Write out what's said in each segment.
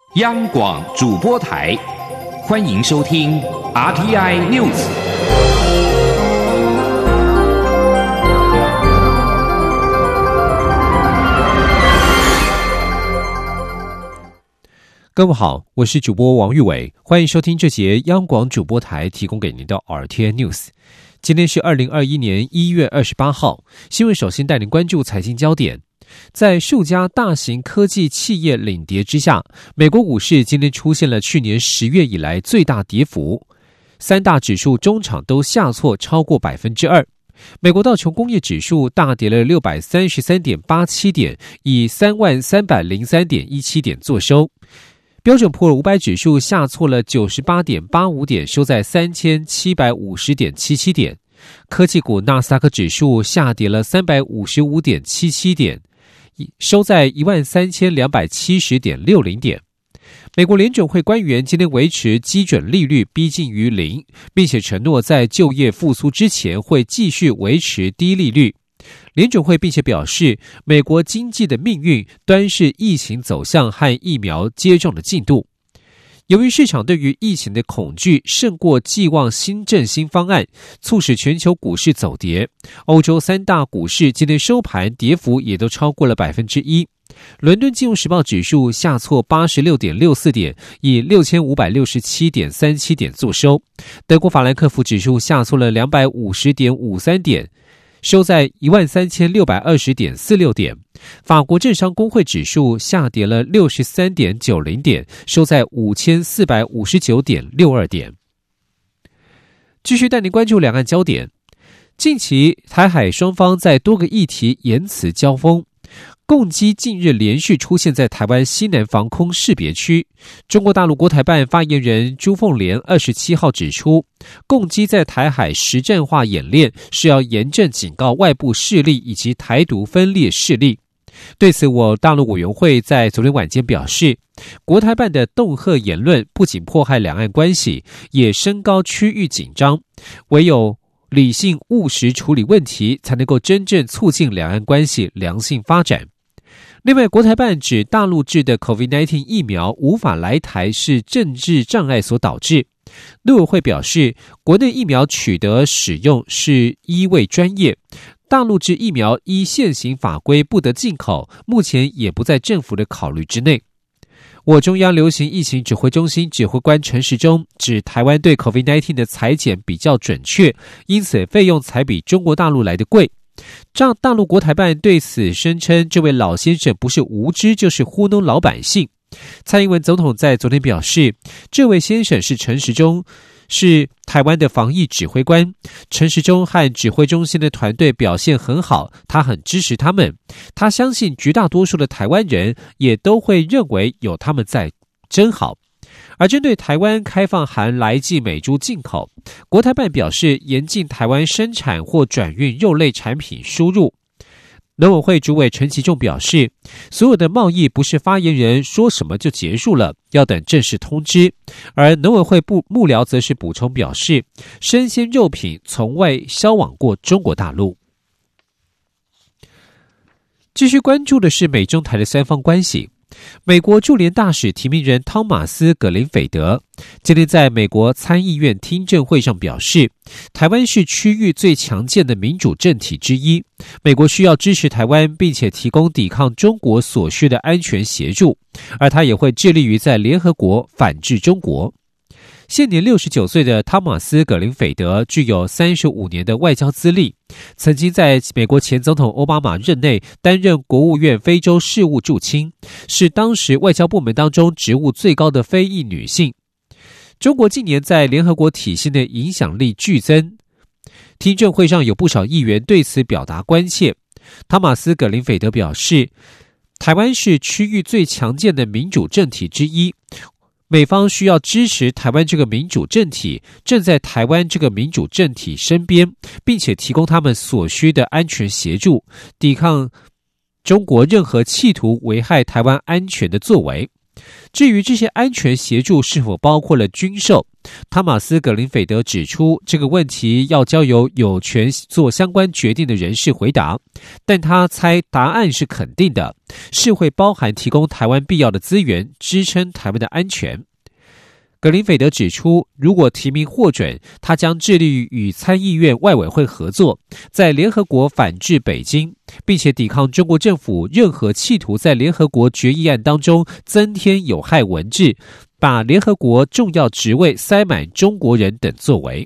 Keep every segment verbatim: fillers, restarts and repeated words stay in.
央广主播台，欢迎收听 R T I News。 各位好，我是主播王玉伟，欢迎收听这节央广主播台提供给您的 R T I News。今天是二零二一年一月二十八号，新闻首先带您关注财经焦点。在数家大型科技企业领跌之下，美国股市今天出现了去年十月以来最大跌幅，三大指数中场都下挫超过百分之二。美国道琼工业指数大跌了六百三十三点八七点，以三万三百零三点一七点作收。标准普尔五百指数下挫了九十八点八五点，收在三千七百五十点七七点。科技股纳斯达克指数下跌了三百五十五点七七点，收在一万三千两百七十点六零点。美国联准会官员今天维持基准利率逼近于零，并且承诺在就业复苏之前会继续维持低利率。联准会并且表示，美国经济的命运端视疫情走向和疫苗接种的进度。由于市场对于疫情的恐惧胜过寄望新振兴方案，促使全球股市走跌。欧洲三大股市今天收盘跌幅也都超过了百分之一。伦敦金融时报指数下挫八十六点六四点，以六千五百六十七点三七点作收。德国法兰克福指数下挫了两百五十点五三点，收在一万三千六百二十点四六点。法国政商工会指数下跌了六十三点九零点，收在五千四百五十九点六二点。继续带您关注两岸焦点。近期台海双方在多个议题言辞交锋，共机近日连续出现在台湾西南防空识别区。中国大陆国台办发言人朱凤莲二十七号指出，共机在台海实战化演练是要严正警告外部势力以及台独分裂势力。对此，我大陆委员会在昨天晚间表示，国台办的恫吓言论不仅迫害两岸关系，也升高区域紧张，唯有理性务实处理问题，才能够真正促进两岸关系良性发展。另外，国台办指大陆制的 COVID 十九 疫苗无法来台是政治障碍所导致。陆委会表示，国内疫苗取得使用是医卫专业，大陆制疫苗依现行法规不得进口，目前也不在政府的考虑之内。我中央流行疫情指挥中心指挥官陈时中指，台湾对 COVID 十九 的采检比较准确，因此费用才比中国大陆来得贵。这大陆国台办对此声称，这位老先生不是无知就是糊弄老百姓。蔡英文总统在昨天表示，这位先生是陈时中，是台湾的防疫指挥官。陈时中和指挥中心的团队表现很好，他很支持他们。他相信绝大多数的台湾人也都会认为有他们在真好。而针对台湾开放含来剂美猪进口，国台办表示严禁台湾生产或转运肉类产品输入。农委会主委陈其仲表示，所有的贸易不是发言人说什么就结束了，要等正式通知。而农委会部幕僚则是补充表示，生鲜肉品从未销往过中国大陆。继续关注的是美中台的三方关系。美国驻联大使提名人汤马斯·葛林斐德今天在美国参议院听证会上表示，台湾是区域最强健的民主政体之一，美国需要支持台湾，并且提供抵抗中国所需的安全协助，而他也会致力于在联合国反制中国。现年六十九岁的汤马斯·葛林斐德具有三十五年的外交资历，曾经在美国前总统奥巴马任内担任国务院非洲事务驻青，是当时外交部门当中职务最高的非裔女性。中国近年在联合国体系内影响力剧增，听证会上有不少议员对此表达关切。汤马斯·葛林斐德表示，台湾是区域最强健的民主政体之一，美方需要支持台湾这个民主政体，站在台湾这个民主政体身边，并且提供他们所需的安全协助，抵抗中国任何企图危害台湾安全的作为。 至于这些安全协助是否包括了军售，汤马斯·格林菲德指出，这个问题要交由有权做相关决定的人士回答，但他猜答案是肯定的，是会包含提供台湾必要的资源，支撑台湾的安全。格林菲德指出，如果提名获准，他将致力于与参议院外委会合作，在联合国反制北京，并且抵抗中国政府任何企图在联合国决议案当中增添有害文字，把联合国重要职位塞满中国人等作为。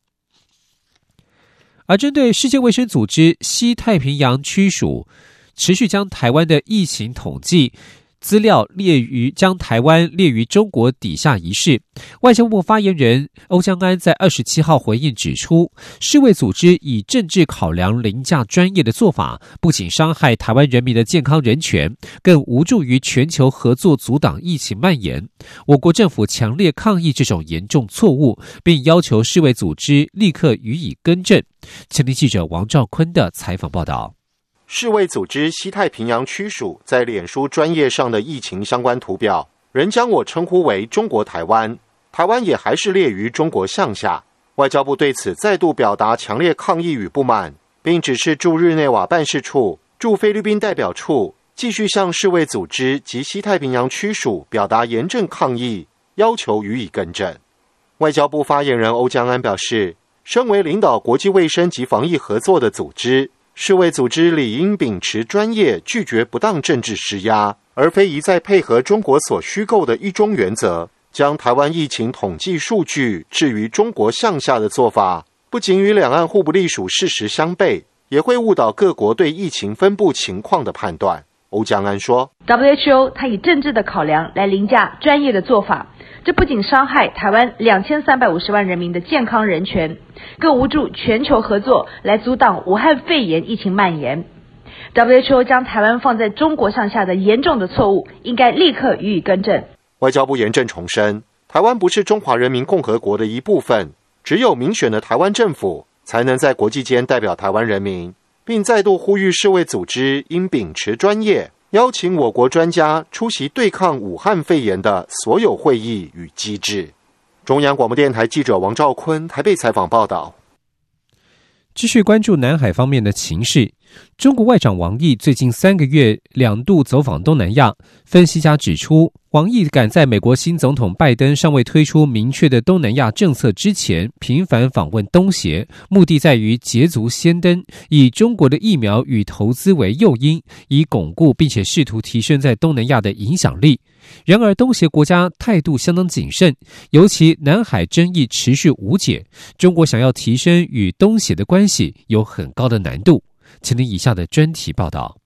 而针对世界卫生组织西太平洋区署持续将台湾的疫情统计资料列于将台湾列于中国底下一事，外交部发言人欧江安在二十七号回应指出，世卫组织以政治考量凌驾专业的做法，不仅伤害台湾人民的健康人权，更无助于全球合作阻挡疫情蔓延。我国政府强烈抗议这种严重错误，并要求世卫组织立刻予以更正。前天记者王兆坤的采访报道。 世卫组织西太平洋区署在脸书专页上的疫情相关图表，仍将我称呼为中国台湾，台湾也还是列于中国项下。外交部对此再度表达强烈抗议与不满，并指示驻日内瓦办事处、驻菲律宾代表处继续向世卫组织及西太平洋区署表达严正抗议，要求予以更正。外交部发言人欧江安表示，身为领导国际卫生及防疫合作的组织，世卫组织理应秉持专业，拒绝不当政治施压，而非一再配合中国所虚构的一中原则，将台湾疫情统计数据置于中国项下的做法，不仅与两岸互不隶属事实相悖，也会误导各国对疫情分布情况的判断。欧江安说 W H O 它以政治的考量来凌驾专业的做法，这不仅伤害台湾两千三百五十万人民的健康人权，更无助全球合作来阻挡武汉肺炎疫情蔓延。W H O 将台湾放在中国项下的严重的错误，应该立刻予以更正。 外交部严正重申，台湾不是中华人民共和国的一部分，只有民选的台湾政府才能在国际间代表台湾人民，并再度呼吁世卫组织应秉持专业，邀请我国专家出席对抗武汉肺炎的所有会议与机制。中央广播电台记者王兆坤台北采访报道。 继续关注南海方面的情势，中国外长王毅最近三个月两度走访东南亚。分析家指出，王毅赶在美国新总统拜登尚未推出明确的东南亚政策之前，频繁访问东协，目的在于捷足先登，以中国的疫苗与投资为诱因，以巩固并且试图提升在东南亚的影响力。然而东协国家态度相当谨慎，尤其南海争议持续无解，中国想要提升与东协的关系有很高的难度。请听以下的专题报道。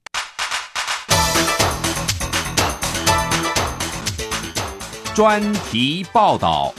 专题报道。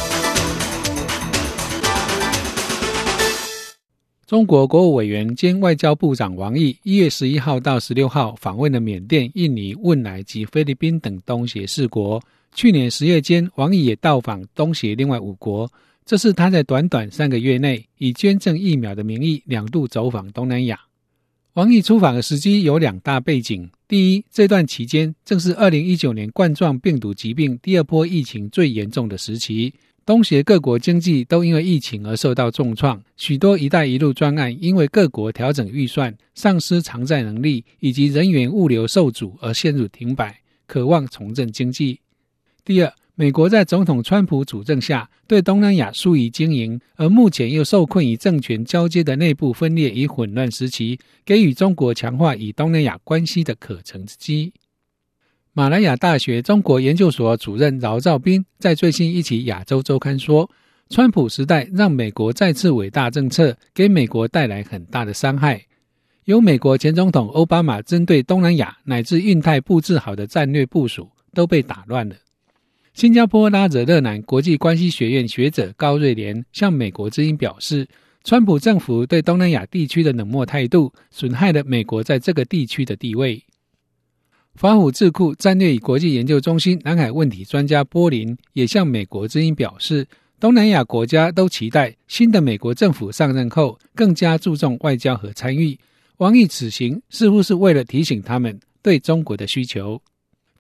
中国国务委员兼外交部长王毅一月十一号到十六号访问了缅甸、印尼、汶莱及菲律宾等东协四国。去年十月间，王毅也到访东协另外五国。这是他在短短三个月内以捐赠疫苗的名义两度走访东南亚。王毅出访的时机有两大背景。第一，这段期间正是二零一九年冠状病毒疾病第二波疫情最严重的时期，东协各国经济都因为疫情而受到重创，许多一带一路专案因为各国调整预算、丧失偿债能力以及人员物流受阻而陷入停摆，渴望重振经济。第二，美国在总统川普主政下对东南亚疏于经营，而目前又受困于政权交接的内部分裂与混乱时期，给予中国强化与东南亚关系的可乘之机。马来亚大学中国研究所主任饶兆斌在最新一期亚洲周刊说，川普时代让美国再次伟大政策给美国带来很大的伤害，由美国前总统奥巴马针对东南亚乃至印太布置好的战略部署都被打乱了。新加坡拉惹勒南国际关系学院学者高瑞莲向美国之音表示，川普政府对东南亚地区的冷漠态度损害了美国在这个地区的地位。法虎智库战略与国际研究中心南海问题专家波林也向美国之音表示，东南亚国家都期待新的美国政府上任后更加注重外交和参与，王毅此行似乎是为了提醒他们对中国的需求。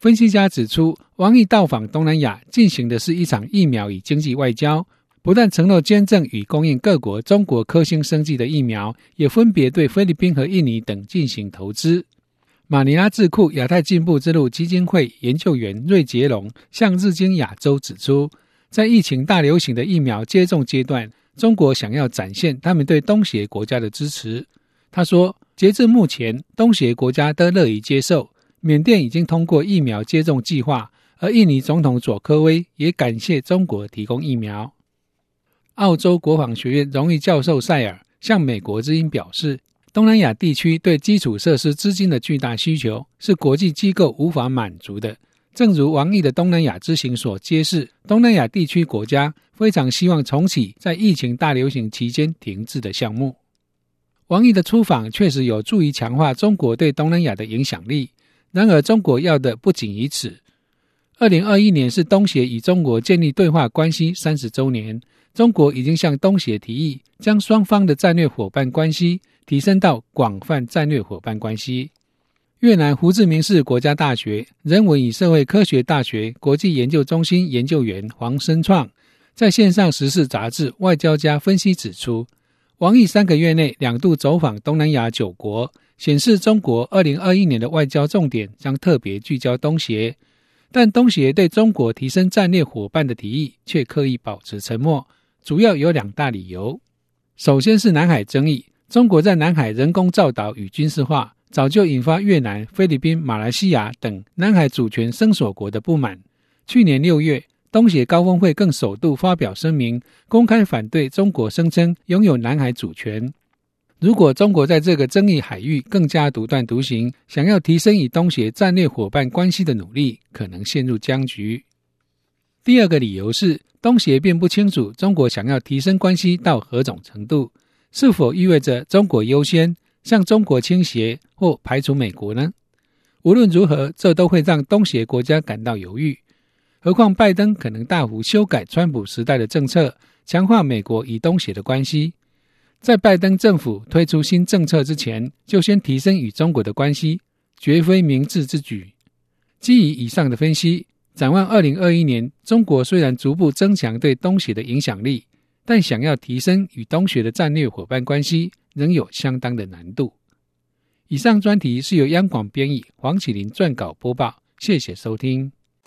分析家指出，王毅到访东南亚进行的是一场疫苗与经济外交，不但承诺捐赠与供应各国中国科兴生技的疫苗，也分别对菲律宾和印尼等进行投资。马尼拉智库亚太进步之路基金会研究员瑞杰龙向日经亚洲指出，在疫情大流行的疫苗接种阶段，中国想要展现他们对东协国家的支持。他说，截至目前，东协国家都乐于接受，缅甸已经通过疫苗接种计划，而印尼总统佐科威也感谢中国提供疫苗。澳洲国防学院荣誉教授塞尔向美国之音表示，东南亚地区对基础设施资金的巨大需求是国际机构无法满足的。正如王毅的东南亚之行所揭示，东南亚地区国家非常希望重启在疫情大流行期间停滞的项目。王毅的出访确实有助于强化中国对东南亚的影响力，然而中国要的不仅于此。二零二一年是东协与中国建立对话关系三十周年，中国已经向东协提议将双方的战略伙伴关系提升到广泛战略伙伴关系。越南胡志明市国家大学人文与社会科学大学国际研究中心研究员黄生创在线上时事杂志《外交家》分析指出，王毅三个月内两度走访东南亚九国，显示中国二零二一年的外交重点将特别聚焦东协，但东协对中国提升战略伙伴的提议却刻意保持沉默，主要有两大理由。首先是南海争议，中国在南海人工造岛与军事化，早就引发越南、菲律宾、马来西亚等南海主权声索国的不满。去年六月，东协高峰会更首度发表声明，公开反对中国声称拥有南海主权。如果中国在这个争议海域更加独断独行，想要提升与东协战略伙伴关系的努力，可能陷入僵局。第二个理由是，东协并不清楚中国想要提升关系到何种程度，是否意味着中国优先，向中国倾斜或排除美国呢？无论如何，这都会让东协国家感到犹豫。何况拜登可能大幅修改川普时代的政策，强化美国与东协的关系。在拜登政府推出新政策之前，就先提升与中国的关系，绝非明智之举。基于以上的分析，展望二零二一年，中国虽然逐步增强对东协的影响力，但想要提升与东协的战略伙伴关系，仍有相当的难度。以上专题是由央广编译，黄启麟撰稿播报，谢谢收听。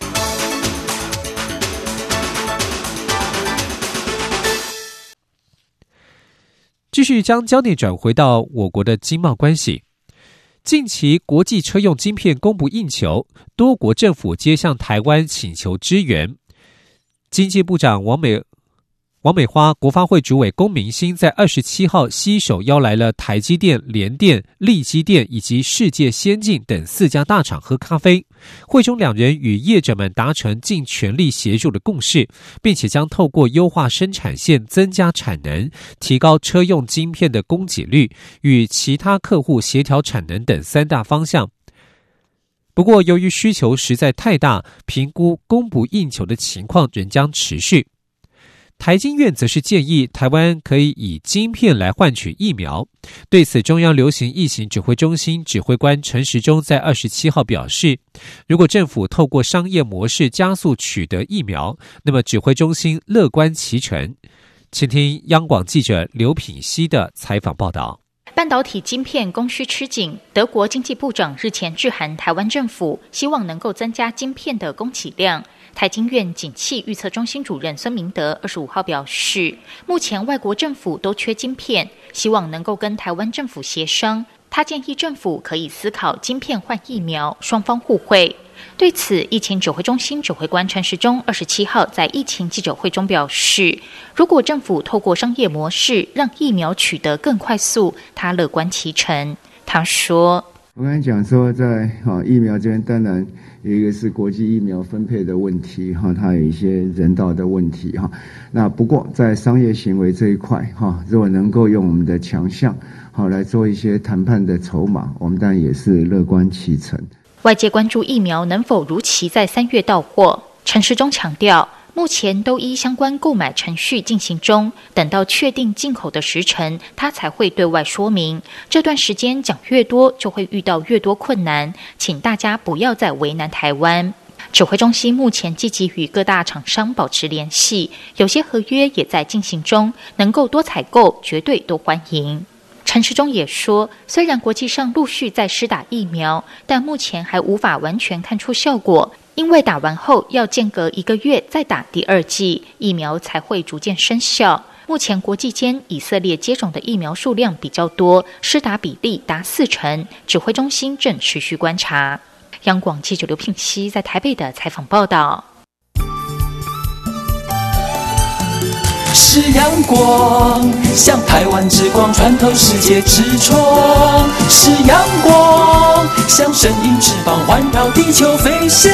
继续将焦点转回到我国的经贸关系。近期国际车用晶片供不应求，多国政府皆向台湾请求支援。经济部长王美王美花、国发会主委龚明鑫在二十七号携手邀来了台积电、联电、力积电以及世界先进等四家大厂喝咖啡。会中两人与业者们达成尽全力协助的共识，并且将透过优化生产线、增加产能、提高车用晶片的供给率，与其他客户协调产能等三大方向。不过，由于需求实在太大，评估供不应求的情况仍将持续。台经院则是建议台湾可以以晶片来换取疫苗。对此，中央流行疫情指挥中心指挥官陈时中在二十七号表示，如果政府透过商业模式加速取得疫苗，那么指挥中心乐观其成。请听央广记者刘品希的采访报道。 半导体晶片供需吃紧，德国经济部长日前致函台湾政府，希望能够增加晶片的供给量。台经院景气预测中心主任孙明德二十五号表示，目前外国政府都缺晶片，希望能够跟台湾政府协商。他建议政府可以思考晶片换疫苗，双方互惠。对此，疫情指挥中心指挥官陈时中二十七号在疫情记者会中表示，如果政府透过商业模式让疫苗取得更快速，他乐观其成。他说， 我刚才讲说在，在、哦、疫苗这边，当然有一个是国际疫苗分配的问题，哈、哦，它有一些人道的问题，哈、哦。那不过在商业行为这一块，哈、哦，如果能够用我们的强项，好、哦、来做一些谈判的筹码，我们当然也是乐观其成。 外界关注疫苗能否如期在三月到货，陈时中强调， 目前都依相关购买程序进行中，等到确定进口的时程，他才会对外说明。这段时间讲越多，就会遇到越多困难，请大家不要再为难台湾。指挥中心目前积极与各大厂商保持联系，有些合约也在进行中，能够多采购绝对都欢迎。陈时中也说，虽然国际上陆续在施打疫苗，但目前还无法完全看出效果，因为打完后要间隔一个月再打第二剂，疫苗才会逐渐生效。目前国际间以色列接种的疫苗数量比较多，施打比例达四成，指挥中心正持续观察。央广记者刘聘熙在台北的采访报道。 是阳光，像台湾之光穿透世界之窗；是阳光，像神鹰翅膀环绕地球飞翔。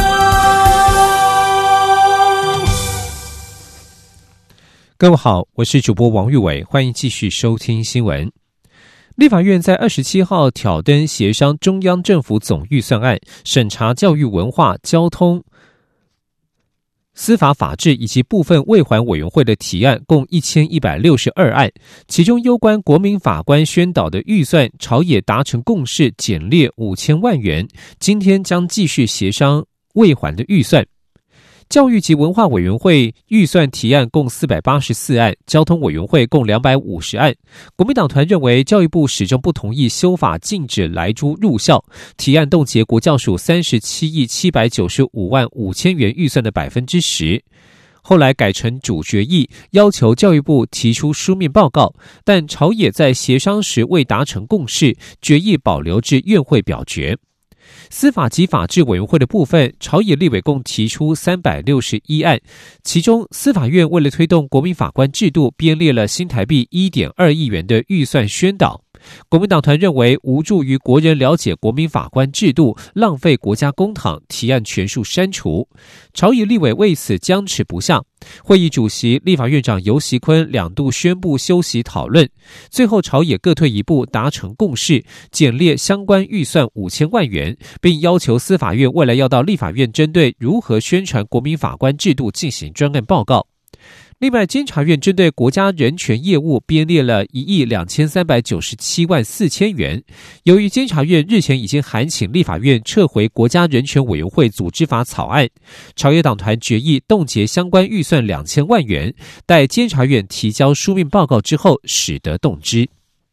各位好，我是主播王玉伟，欢迎继续收听新闻。立法院在二十七号挑灯协商中央政府总预算案，审查教育、文化、交通、司法法制以及部分卫环委员会的提案共一千一百六十二案，其中攸关国民法官宣导的预算，朝野达成共识，减列五千万元。今天将继续协商卫环的预算。教育及文化委员会预算提案共四百八十四案，交通委员会共两百五十案。国民党团认为教育部始终不同意修法禁止莱猪入校，提案冻结国教署三十七亿七百九十五万五千元预算的百分之十。后来改成主决议，要求教育部提出书面报告，但朝野在协商时未达成共识，决议保留至院会表决。司法及法制委员会的部分，朝野立委共提出三百六十一案，其中司法院为了推动国民法官制度，编列了新台币 一点二亿元的预算宣导。国民党团认为无助于国人了解国民法官制度，浪费国家公帑，提案全数删除。朝野立委为此僵持不下，会议主席立法院长游锡堃两度宣布休息讨论，最后朝野各退一步，达成共识，减列相关预算五千万元，并要求司法院未来要到立法院针对如何宣传国民法官制度进行专案报告。另外，监察院针对国家人权业务编列了一亿两千三百九十七万四千元。由于监察院日前已经函请立法院撤回国家人权委员会组织法草案，朝野党团决议冻结相关预算两千万元，待监察院提交书面报告之后，使得动之。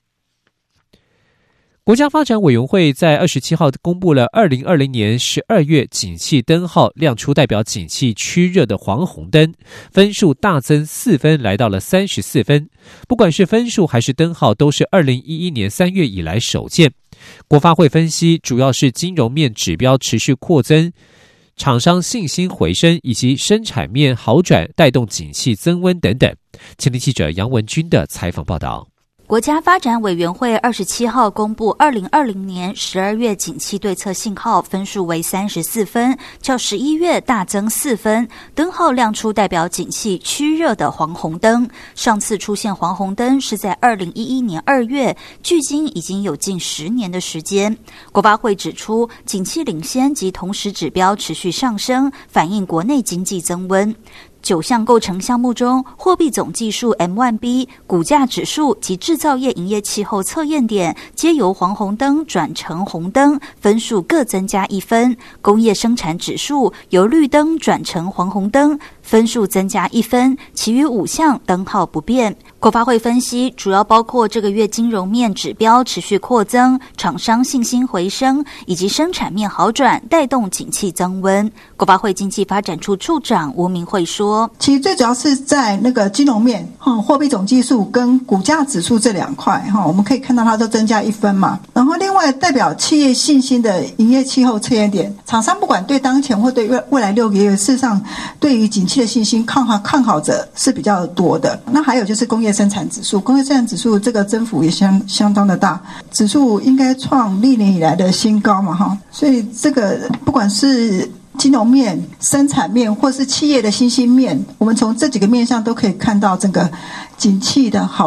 国家发展委员会在二十七号公布了二零二零年十二月景气灯号亮出代表景气趋热的黄红灯，分数大增四分，来到了三十四分。不管是分数还是灯号，都是二零一一年三月以来首见。国发会分析，主要是金融面指标持续扩增，厂商信心回升，以及生产面好转带动景气增温等等。前天记者杨文君的采访报道。 国家发展委员会二十七号公布二零二零年十二月景气对策信号分数为三十四分，较十一月大增四分，灯号亮出代表景气趋热的黄红灯。上次出现黄红灯是在二零一一年二月，距今已经有近十年的时间。国发会指出，景气领先及同时指标持续上升，反映国内经济增温。九项构成项目中，货币总计数 M 一 B、股价指数及制造业营业气候测验点皆由黄红灯转成红灯，分数各增加一分；工业生产指数由绿灯转成黄红灯，分数增加一分，其余五项灯号不变。国发会分析，主要包括这个月金融面指标持续扩增，厂商信心回升，以及生产面好转，带动景气增温。国发会经济发展处处长吴明慧说， 其实最主要是在那个金融面，货币总计数跟股价指数这两块，我们可以看到它都增加一分嘛。然后另外代表企业信心的营业气候测验点，厂商不管对当前或对未来六个月，事实上对于景气的信心看好看好者是比较多的。那还有就是工业生产指数，工业生产指数这个增幅也相相当的大，指数应该创历年以来的新高嘛哈。所以这个不管是金融面、生产面或是企业的信心面，我们从这几个面向都可以看到整个景气的好转。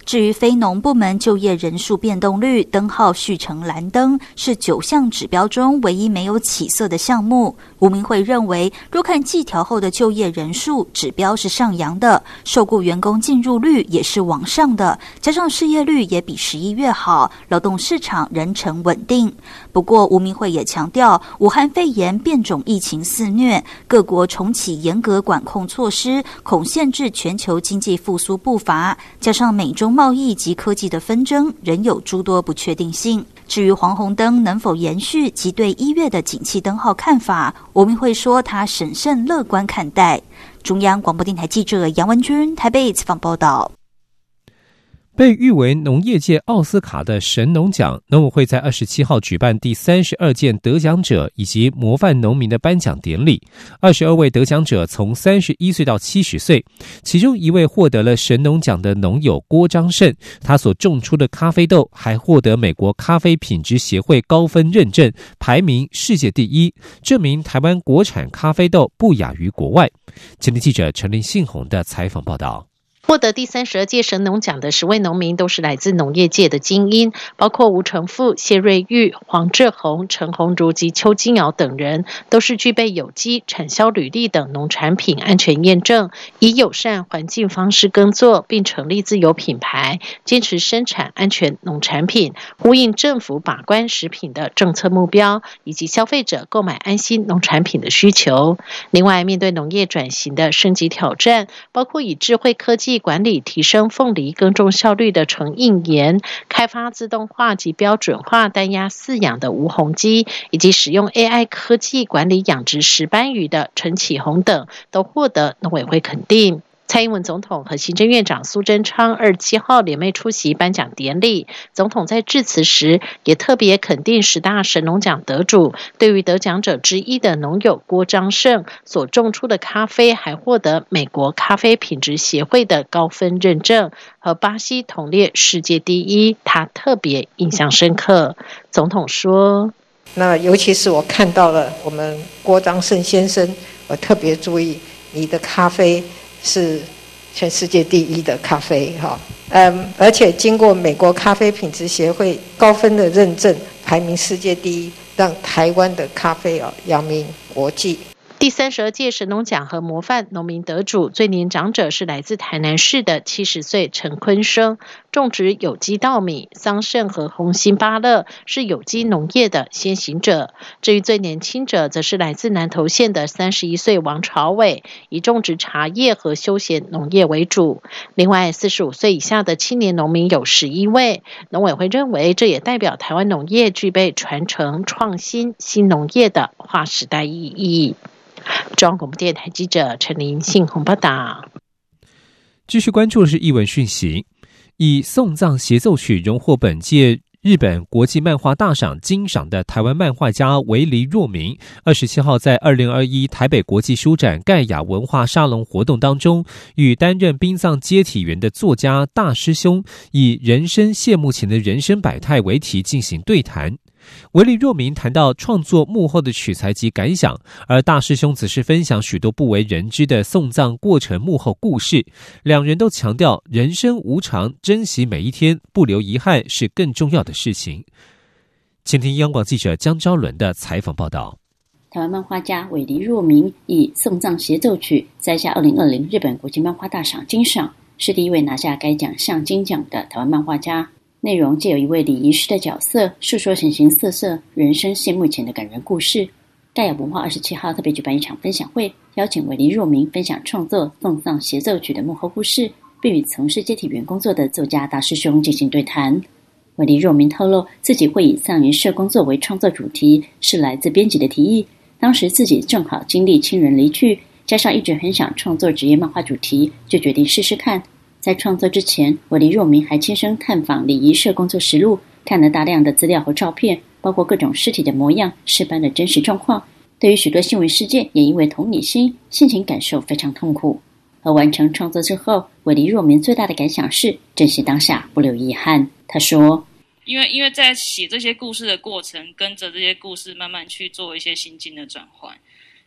至于非农部门就业人数变动率，灯号续成蓝灯，是九项指标中唯一没有起色的项目。吴明慧认为，若看季调后的就业人数指标是上扬的，受雇员工进入率也是往上的，加上失业率也比十一月好，劳动市场仍呈稳定。不过吴明慧也强调，武汉肺炎变种疫情肆虐，各国重启严格管控措施，恐限制全球经济复苏步伐，加上美中贸易及科技的纷争，仍有诸多不确定性。至于黄红灯能否延续及对一月的景气灯号看法，吴明慧说他审慎乐观看待。中央广播电台记者杨文君台北采访报道。 被誉为农业界奥斯卡的神农奖，农委会在二十七号举办第三十二届得奖者以及模范农民的颁奖典礼。二十二位得奖者从三十一岁到七十岁，其中一位获得了神农奖的农友郭章胜，他所种出的咖啡豆还获得美国咖啡品质协会高分认证，排名世界第一，证明台湾国产咖啡豆不亚于国外。前天记者陈林信宏的采访报道。 获得第三十二届神农奖的十位农民都是来自农业界的精英，包括吴成富、谢瑞玉、黄志宏、陈鸿儒及邱金瑶等人，都是具备有机、产销履历等农产品安全验证，以友善环境方式耕作，并成立自有品牌，坚持生产安全农产品，呼应政府把关食品的政策目标，以及消费者购买安心农产品的需求。另外，面对农业转型的升级挑战，包括以智慧科技管理提升凤梨耕种效率的陈应岩，开发自动化及标准化单压饲养的吴宏基，以及使用 A I 科技管理养殖石斑鱼的陈启宏等，都获得农委会肯定。蔡英文总统和行政院长苏贞昌二十七号联袂出席颁奖典礼，总统在致辞时也特别肯定十大神农奖得主，对于得奖者之一的农友郭章胜所种出的咖啡还获得美国咖啡品质协会的高分认证，和巴西同列世界第一，他特别印象深刻。总统说， 那尤其是我看到了我们郭章胜先生，我特别注意你的咖啡是全世界第一的咖啡哈，嗯，而且经过美国咖啡品质协会高分的认证，排名世界第一，让台湾的咖啡哦扬名国际。 第三十二届神农奖和模范农民得主，最年长者是来自台南市的七十岁陈坤生，种植有机稻米、桑葚和红心芭乐，是有机农业的先行者。至于最年轻者，则是来自南投县的三十一岁王朝伟，以种植茶叶和休闲农业为主。另外，四十五岁以下的青年农民有十一位。农委会认为，这也代表台湾农业具备传承创新新农业的划时代意义。中央广播电台记者陈林信宏报道。 继续关注的是艺文讯息，以送葬协奏曲荣获本届日本国际漫画大赏金赏的台湾漫画家维黎若明，二十七号在二零二一台北国际书展盖亚文化沙龙活动当中，与担任殡葬接体员的作家大师兄以人生谢幕前的人生百态为题进行对谈。维黎若明谈到创作幕后的取材及感想，而大师兄则是分享许多不为人知的送葬过程幕后故事。两人都强调人生无常，珍惜每一天，不留遗憾是更重要的事情。请听央广记者江昭伦的采访报道。 台湾漫画家维黎若明以送葬协奏曲摘下二零二零日本国际漫画大赏金赏，是第一位拿下该奖项金奖的台湾漫画家。内容借有一位礼仪师的角色，述说形形色色人生谢幕前的感人故事。盖亚文化二十七号特别举办一场分享会，邀请维黎若明分享创作送葬协奏曲的幕后故事，并与从事接体员工作的作家大师兄进行对谈。维黎若明透露，自己会以丧仪社工作为创作主题，是来自编辑的提议。当时自己正好经历亲人离去，加上一直很想创作职业漫画主题，就决定试试看。在创作之前，维黎若明还亲身探访礼仪社工作实录，看了大量的资料和照片，包括各种尸体的模样、尸斑的真实状况。对于许多新闻事件，也因为同理心，心情感受非常痛苦。而完成创作之后，维黎若明最大的感想是珍惜当下，不留遗憾。他说， 因为因为在写这些故事的过程，跟着这些故事慢慢去做一些心境的转换，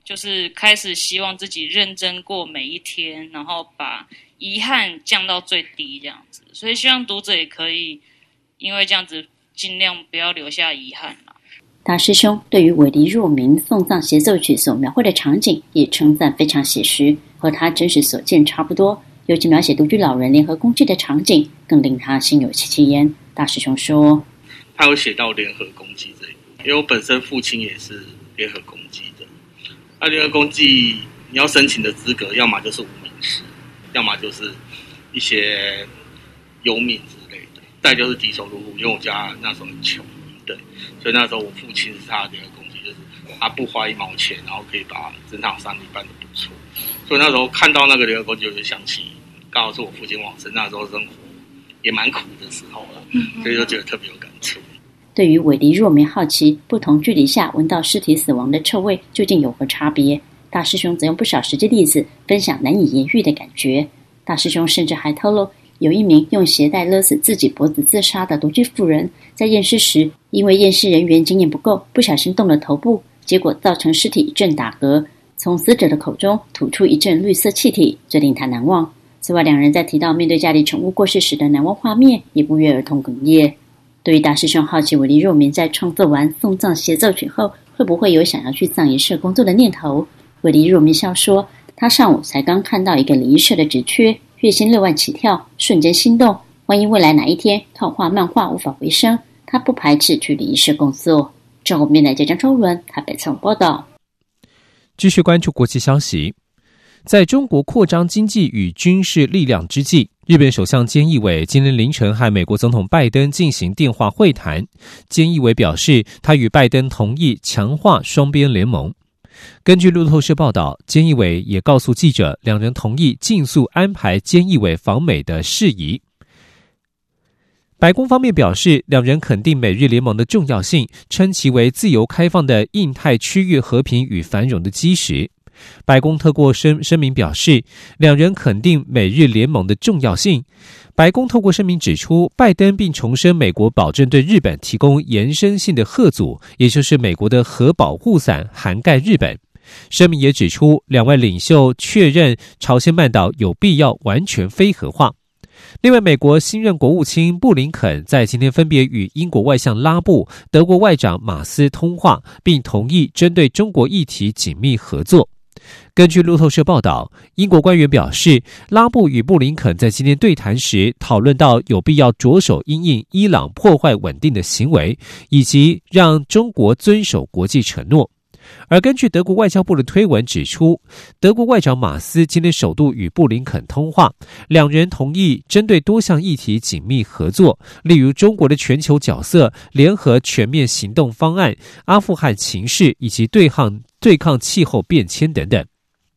就是开始希望自己认真过每一天，然后把遗憾降到最低这样子。所以希望读者也可以因为这样子尽量不要留下遗憾啦。 大师兄对于韦黎若明送葬协奏曲所描绘的场景也称赞非常写实，和他真实所见差不多，尤其描写独居老人联合公祭的场景更令他心有戚戚焉。大师兄说他有写到联合公祭这一步，因为我本身父亲也是联合公祭的。那联合公祭你要申请的资格，要么就是无名氏，要么就是一些游民之类的，再就是低收入户，因为我家那时候很穷，对，所以那时候我父亲是他的联合公祭，就是他不花一毛钱，然后可以把整场丧礼办得不错。所以那时候看到那个联合公祭，我就想起刚好是我父亲往生，那时候生活也蛮苦的时候了，所以就觉得特别有感触。 对于韦黎若明好奇不同距离下闻到尸体死亡的臭味究竟有何差别，大师兄则用不少实际例子分享难以言喻的感觉。大师兄甚至还透露，有一名用鞋带勒死自己脖子自杀的独居妇人，在验尸时因为验尸人员经验不够，不小心动了头部，结果造成尸体一阵打嗝，从死者的口中吐出一阵绿色气体，最令他难忘。此外，两人在提到面对家里宠物过世时的难忘画面，也不约而同哽咽。对于大师兄好奇韦黎若明在创作完送葬协奏曲后会不会有想要去葬仪社工作的念头，韦黎若明笑说，他上午才刚看到一个礼仪社的职缺，月薪六万起跳，瞬间心动，万一未来哪一天靠画漫画无法为生，他不排斥去礼仪社工作。中国面来这张周伦台北采访报道。 继续关注国际消息。在中国扩张经济与军事力量之际，日本首相菅义伟今天凌晨和美国总统拜登进行电话会谈。菅义伟表示，他与拜登同意强化双边联盟。根据路透社报道，菅义伟也告诉记者，两人同意尽速安排菅义伟访美的事宜。白宫方面表示，两人肯定美日联盟的重要性，称其为自由开放的印太区域和平与繁荣的基石。白宫透过声声明表示，两人肯定美日联盟的重要性。白宫透过声明指出，拜登并重申美国保证对日本提供延伸性的核组，也就是美国的核保护伞涵盖日本。声明也指出，两位领袖确认朝鲜半岛有必要完全非核化。另外，美国新任国务卿布林肯在今天分别与英国外相拉布、德国外长马斯通话，并同意针对中国议题紧密合作。根据路透社报道，英国官员表示，拉布与布林肯在今天对谈时讨论到有必要着手因应伊朗破坏稳定的行为，以及让中国遵守国际承诺。而根据德国外交部的推文指出，德国外长马斯今天首度与布林肯通话，两人同意针对多项议题紧密合作，例如中国的全球角色、联合全面行动方案、阿富汗情势以及对抗对抗气候变迁等等。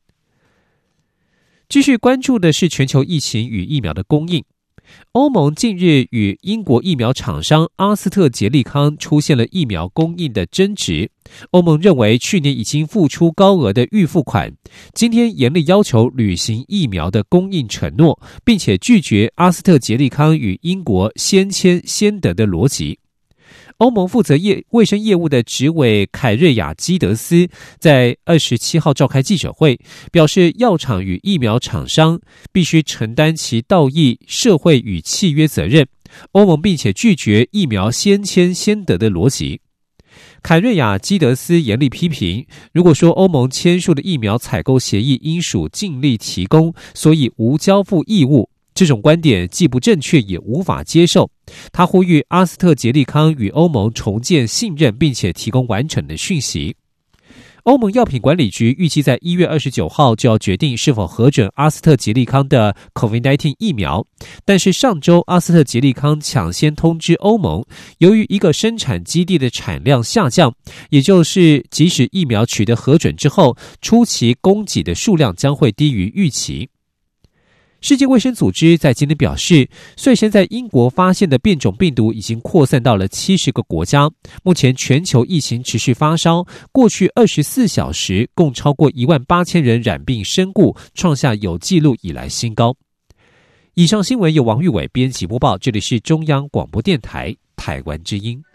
继续关注的是全球疫情与疫苗的供应。欧盟近日与英国疫苗厂商阿斯特捷利康出现了疫苗供应的争执。欧盟认为去年已经付出高额的预付款，今天严厉要求履行疫苗的供应承诺，并且拒绝阿斯特捷利康与英国先签先得的逻辑。欧盟负责业卫生业务的执委凯瑞亚基德斯在二十七号召开记者会，表示药厂与疫苗厂商必须承担其道义、社会与契约责任。欧盟并且拒绝疫苗先签先得的逻辑。凯瑞亚基德斯严厉批评，如果说欧盟签署的疫苗采购协议应属尽力提供，所以无交付义务，这种观点既不正确也无法接受。他呼吁阿斯特捷利康与欧盟重建信任，并且提供完整的讯息。欧盟药品管理局预计在一月二十九号就要决定是否核准阿斯特捷利康的 COVID 十九 疫苗，但是上周阿斯特捷利康抢先通知欧盟，由于一个生产基地的产量下降，也就是即使疫苗取得核准之后，初期供给的数量将会低于预期。世界卫生组织在今天表示，率先在英国发现的变种病毒已经扩散到了七十个国家，目前全球疫情持续发烧，过去二十四小时共超过一万八千人染病身故，创下有记录以来新高。以上新闻由王玉伟编辑播报，这里是中央广播电台台湾之音。